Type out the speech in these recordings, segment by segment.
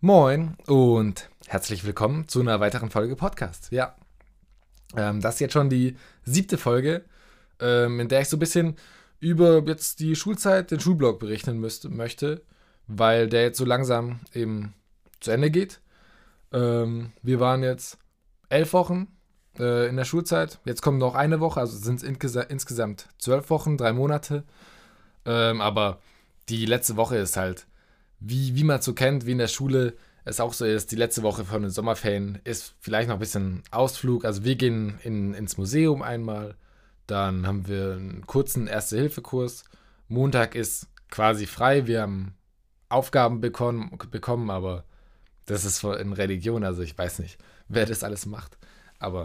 Moin und herzlich willkommen zu einer weiteren Folge Podcast. Ja, das ist jetzt schon die 7. Folge, in der ich so ein bisschen über jetzt die Schulzeit, den Schulblock berichten möchte, weil der jetzt so langsam eben zu Ende geht. Wir waren jetzt 11 Wochen in der Schulzeit. Jetzt kommt noch eine Woche, also sind es insgesamt 12 Wochen, 3 Monate. Aber die letzte Woche ist halt, wie man es so kennt, wie in der Schule es auch so ist, die letzte Woche von den Sommerferien ist vielleicht noch ein bisschen Ausflug. Also wir gehen ins Museum einmal, dann haben wir einen kurzen Erste-Hilfe-Kurs. Montag ist quasi frei, wir haben Aufgaben bekommen, aber das ist in Religion, also ich weiß nicht, wer das alles macht. Aber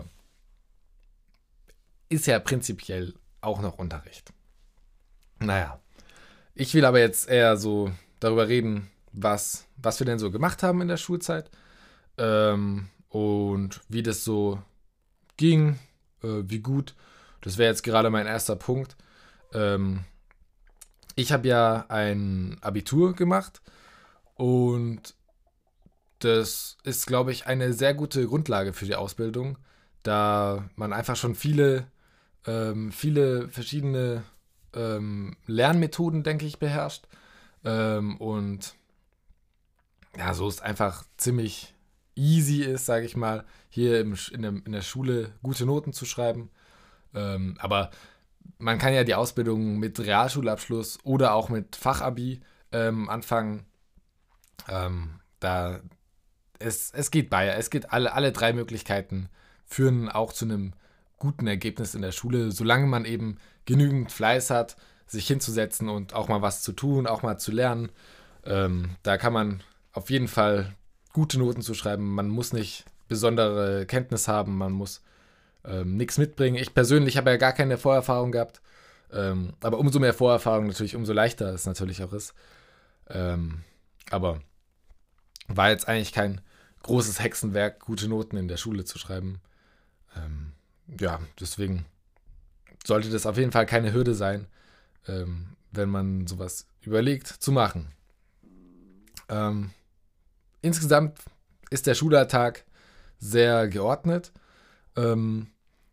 ist ja prinzipiell auch noch Unterricht. Naja, ich will aber jetzt eher so darüber reden, was wir denn so gemacht haben in der Schulzeit und wie das so ging, wie gut. Das wäre jetzt gerade mein erster Punkt. Ähm, Ich habe ja ein Abitur gemacht und das ist, glaube ich, eine sehr gute Grundlage für die Ausbildung, da man einfach schon viele verschiedene Lernmethoden, denke ich, beherrscht. Und ja, so ist einfach ziemlich easy ist, sage ich mal, hier in der Schule gute Noten zu schreiben. Aber man kann ja die Ausbildung mit Realschulabschluss oder auch mit Fachabi anfangen. Da es geht es geht alle drei Möglichkeiten führen auch zu einem guten Ergebnis in der Schule, solange man eben genügend Fleiß hat, sich hinzusetzen und auch mal was zu tun, auch mal zu lernen. Da kann man auf jeden Fall gute Noten zu schreiben. Man muss nicht besondere Kenntnis haben, man muss nichts mitbringen. Ich persönlich habe ja gar keine Vorerfahrung gehabt, aber umso mehr Vorerfahrung natürlich, umso leichter es natürlich auch ist. Aber war jetzt eigentlich kein großes Hexenwerk, gute Noten in der Schule zu schreiben. Ja, deswegen sollte das auf jeden Fall keine Hürde sein, wenn man sowas überlegt zu machen. Ähm, Insgesamt ist der Schulalltag sehr geordnet. Ähm,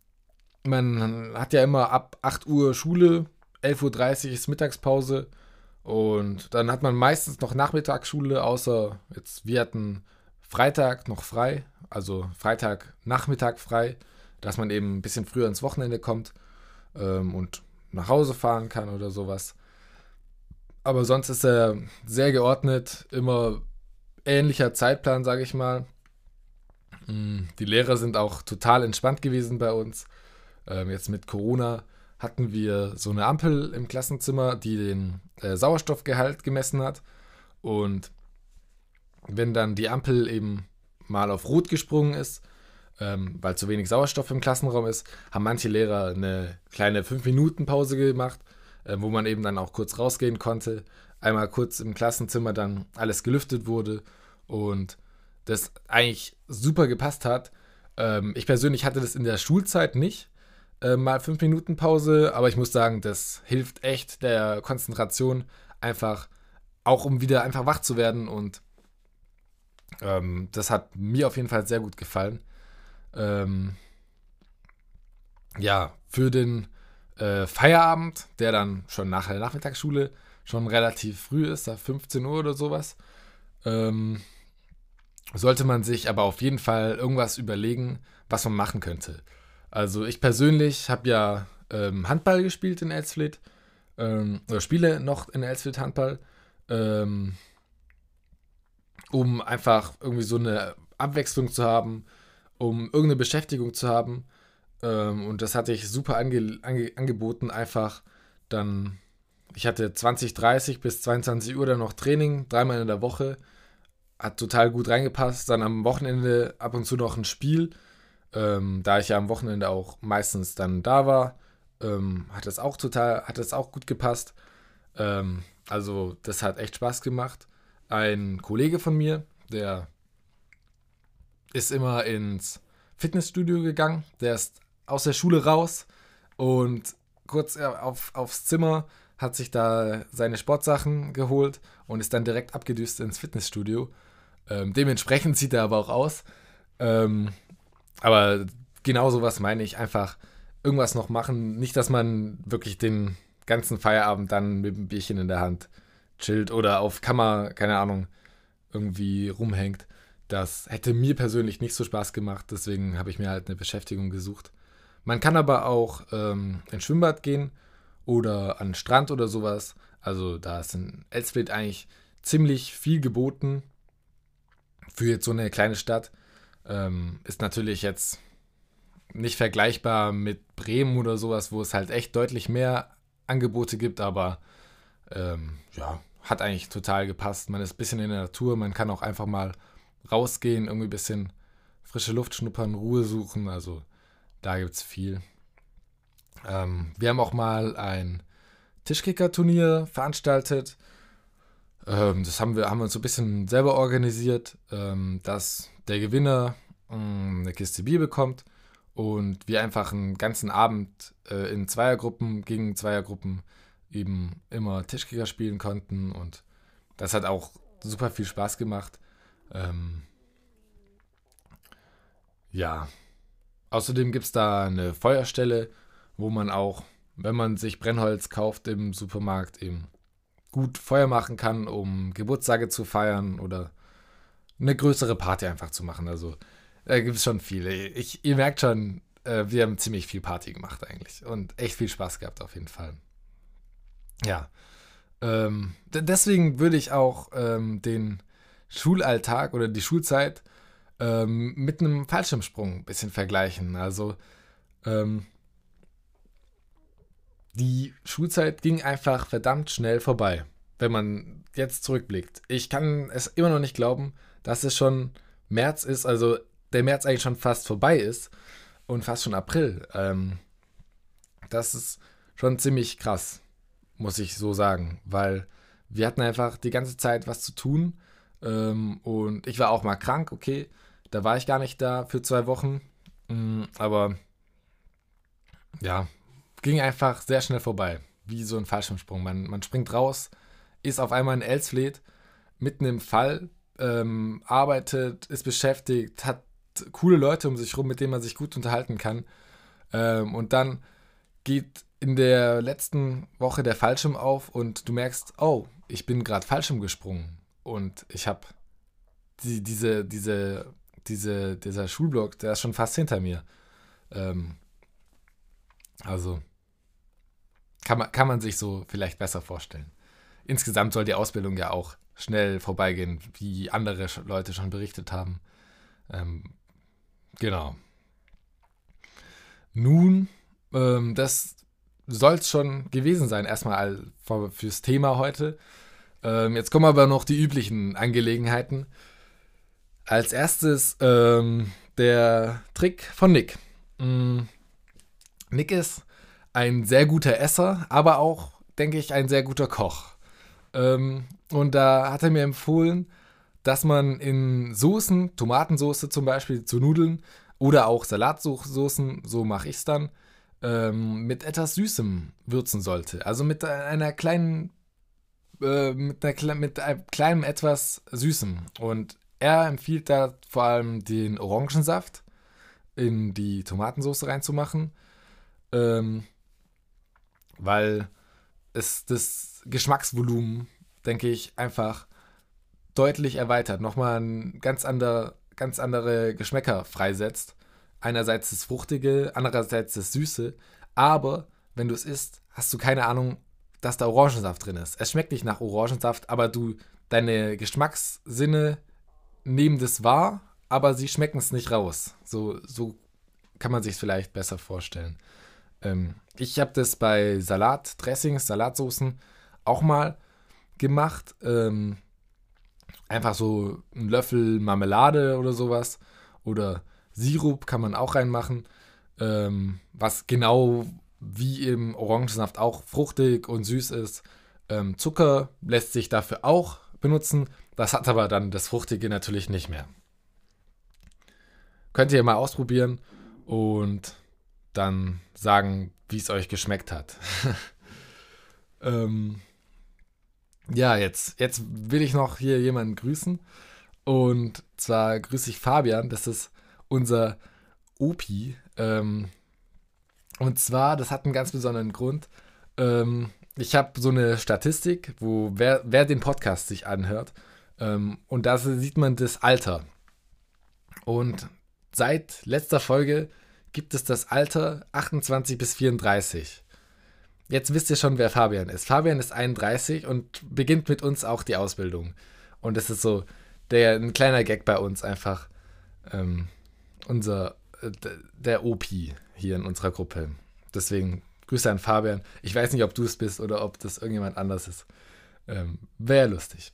Man hat ja immer ab 8 Uhr Schule, 11:30 Uhr ist Mittagspause und dann hat man meistens noch Nachmittagsschule, außer jetzt wir hatten Freitag noch frei, also Freitagnachmittag frei, dass man eben ein bisschen früher ins Wochenende kommt und nach Hause fahren kann oder sowas. Aber sonst ist er sehr geordnet, immer ähnlicher Zeitplan, sage ich mal. Die Lehrer sind auch total entspannt gewesen bei uns. Jetzt mit Corona hatten wir so eine Ampel im Klassenzimmer, die den Sauerstoffgehalt gemessen hat. Und wenn dann die Ampel eben mal auf Rot gesprungen ist, weil zu wenig Sauerstoff im Klassenraum ist, haben manche Lehrer eine kleine 5 Minuten Pause gemacht, wo man eben dann auch kurz rausgehen konnte. Einmal kurz im Klassenzimmer dann alles gelüftet wurde und das eigentlich super gepasst hat. Ich persönlich hatte das in der Schulzeit nicht, mal 5 Minuten Pause, aber ich muss sagen, das hilft echt der Konzentration einfach, auch um wieder einfach wach zu werden und das hat mir auf jeden Fall sehr gut gefallen. Ähm, ja, für den Feierabend, der dann schon nach der Nachmittagsschule schon relativ früh ist, da 15 Uhr oder sowas, ähm, sollte man sich aber auf jeden Fall irgendwas überlegen, was man machen könnte. Also ich persönlich habe ja Handball gespielt in Elsfleth, oder spiele noch in Elsfleth Handball, ähm, um einfach irgendwie so eine Abwechslung zu haben, um irgendeine Beschäftigung zu haben. Und das hatte ich super angeboten, einfach dann, ich hatte 20:30 bis 22 Uhr dann noch Training, dreimal in der Woche, hat total gut reingepasst. Dann am Wochenende ab und zu noch ein Spiel, da ich ja am Wochenende auch meistens dann da war, hat das auch gut gepasst. Also das hat echt Spaß gemacht. Ein Kollege von mir, der ist immer ins Fitnessstudio gegangen, der ist aus der Schule raus und kurz aufs Zimmer, hat sich da seine Sportsachen geholt und ist dann direkt abgedüst ins Fitnessstudio. Dementsprechend sieht er aber auch aus. Ähm, aber genau sowas meine ich. Einfach irgendwas noch machen. Nicht, dass man wirklich den ganzen Feierabend dann mit einem Bierchen in der Hand chillt oder auf Kammer, keine Ahnung, irgendwie rumhängt. Das hätte mir persönlich nicht so Spaß gemacht. Deswegen habe ich mir halt eine Beschäftigung gesucht. Man kann aber auch ins Schwimmbad gehen oder an den Strand oder sowas. Also da ist in Elsfleth eigentlich ziemlich viel geboten für jetzt so eine kleine Stadt. Ist natürlich jetzt nicht vergleichbar mit Bremen oder sowas, wo es halt echt deutlich mehr Angebote gibt, aber ja, hat eigentlich total gepasst. Man ist ein bisschen in der Natur, man kann auch einfach mal rausgehen, irgendwie ein bisschen frische Luft schnuppern, Ruhe suchen, also da gibt es viel. Wir haben auch mal ein Tischkicker-Turnier veranstaltet. Das haben wir uns so ein bisschen selber organisiert, dass der Gewinner eine Kiste Bier bekommt und wir einfach einen ganzen Abend in Zweiergruppen, gegen Zweiergruppen eben immer Tischkicker spielen konnten und das hat auch super viel Spaß gemacht. Ähm, ja, außerdem gibt es da eine Feuerstelle, wo man auch, wenn man sich Brennholz kauft im Supermarkt, eben gut Feuer machen kann, um Geburtstage zu feiern oder eine größere Party einfach zu machen. Also da gibt es schon viele. Ihr merkt schon, wir haben ziemlich viel Party gemacht eigentlich und echt viel Spaß gehabt auf jeden Fall. Ja, deswegen würde ich auch den Schulalltag oder die Schulzeit mit einem Fallschirmsprung ein bisschen vergleichen. Also ähm, die Schulzeit ging einfach verdammt schnell vorbei, wenn man jetzt zurückblickt. Ich kann es immer noch nicht glauben, dass es schon März ist, also der März eigentlich schon fast vorbei ist und fast schon April. Das ist schon ziemlich krass, muss ich so sagen, weil wir hatten einfach die ganze Zeit was zu tun und ich war auch mal krank, okay, da war ich gar nicht da für 2 Wochen, aber ja, ging einfach sehr schnell vorbei, wie so ein Fallschirmsprung. Man springt raus, ist auf einmal in Elsfleth, mitten im Fall, arbeitet, ist beschäftigt, hat coole Leute um sich rum, mit denen man sich gut unterhalten kann. Und dann geht in der letzten Woche der Fallschirm auf und du merkst, oh, ich bin gerade Fallschirm gesprungen. Und ich habe dieser Schulblock, der ist schon fast hinter mir. Ähm, also kann man sich so vielleicht besser vorstellen. Insgesamt soll die Ausbildung ja auch schnell vorbeigehen, wie andere Leute schon berichtet haben. Ähm, genau. Nun, das soll es schon gewesen sein, erstmal fürs Thema heute. Jetzt kommen aber noch die üblichen Angelegenheiten. Als erstes der Trick von Nick. Nick ist ein sehr guter Esser, aber auch, denke ich, ein sehr guter Koch. Und da hat er mir empfohlen, dass man in Soßen, Tomatensoße zum Beispiel zu Nudeln oder auch Salatsoßen, so mache ich es dann, mit etwas Süßem würzen sollte. Also mit einer kleinen, mit einem kleinen etwas Süßem. Und er empfiehlt da vor allem den Orangensaft in die Tomatensoße reinzumachen, ähm, weil es das Geschmacksvolumen, denke ich, einfach deutlich erweitert, nochmal ein ganz andere Geschmäcker freisetzt. Einerseits das Fruchtige, andererseits das Süße, aber wenn du es isst, hast du keine Ahnung, dass da Orangensaft drin ist. Es schmeckt nicht nach Orangensaft, aber deine Geschmackssinne nehmen das wahr, aber sie schmecken es nicht raus. So kann man sich es vielleicht besser vorstellen. Ich habe das bei Salatdressings, Salatsoßen auch mal gemacht. Einfach so einen Löffel Marmelade oder sowas. Oder Sirup kann man auch reinmachen. Was genau wie im Orangensaft auch fruchtig und süß ist. Zucker lässt sich dafür auch benutzen. Das hat aber dann das Fruchtige natürlich nicht mehr. Könnt ihr mal ausprobieren und dann sagen, wie es euch geschmeckt hat. ähm, ja, jetzt will ich noch hier jemanden grüßen. Und zwar grüße ich Fabian, das ist unser Opi. Und zwar, das hat einen ganz besonderen Grund. Ich habe so eine Statistik, wo wer den Podcast sich anhört. Und da sieht man das Alter. Und seit letzter Folge gibt es das Alter 28 bis 34. Jetzt wisst ihr schon, wer Fabian ist. Fabian ist 31 und beginnt mit uns auch die Ausbildung. Und das ist so ein kleiner Gag bei uns einfach. Unser, der OP hier in unserer Gruppe. Deswegen Grüße an Fabian. Ich weiß nicht, ob du es bist oder ob das irgendjemand anders ist. Wäre lustig.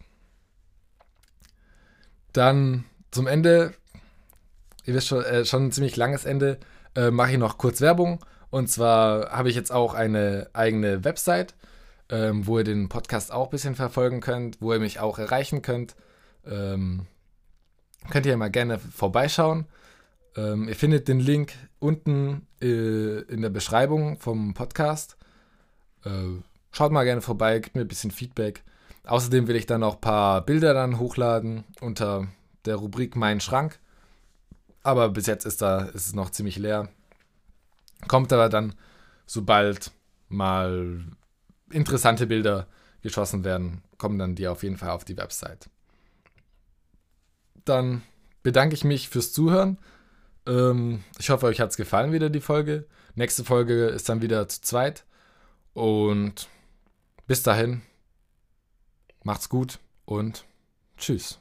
Dann zum Ende, ihr wisst schon ein ziemlich langes Ende, mache ich noch kurz Werbung. Und zwar habe ich jetzt auch eine eigene Website, wo ihr den Podcast auch ein bisschen verfolgen könnt, wo ihr mich auch erreichen könnt. Könnt ihr mal gerne vorbeischauen. Ihr findet den Link unten in der Beschreibung vom Podcast. Schaut mal gerne vorbei, gebt mir ein bisschen Feedback. Außerdem will ich dann auch ein paar Bilder dann hochladen unter der Rubrik Mein Schrank. Aber bis jetzt ist es noch ziemlich leer. Kommt aber dann, sobald mal interessante Bilder geschossen werden, kommen dann die auf jeden Fall auf die Website. Dann bedanke ich mich fürs Zuhören. Ich hoffe, euch hat es gefallen wieder, die Folge. Nächste Folge ist dann wieder zu zweit. Und bis dahin, macht's gut und tschüss.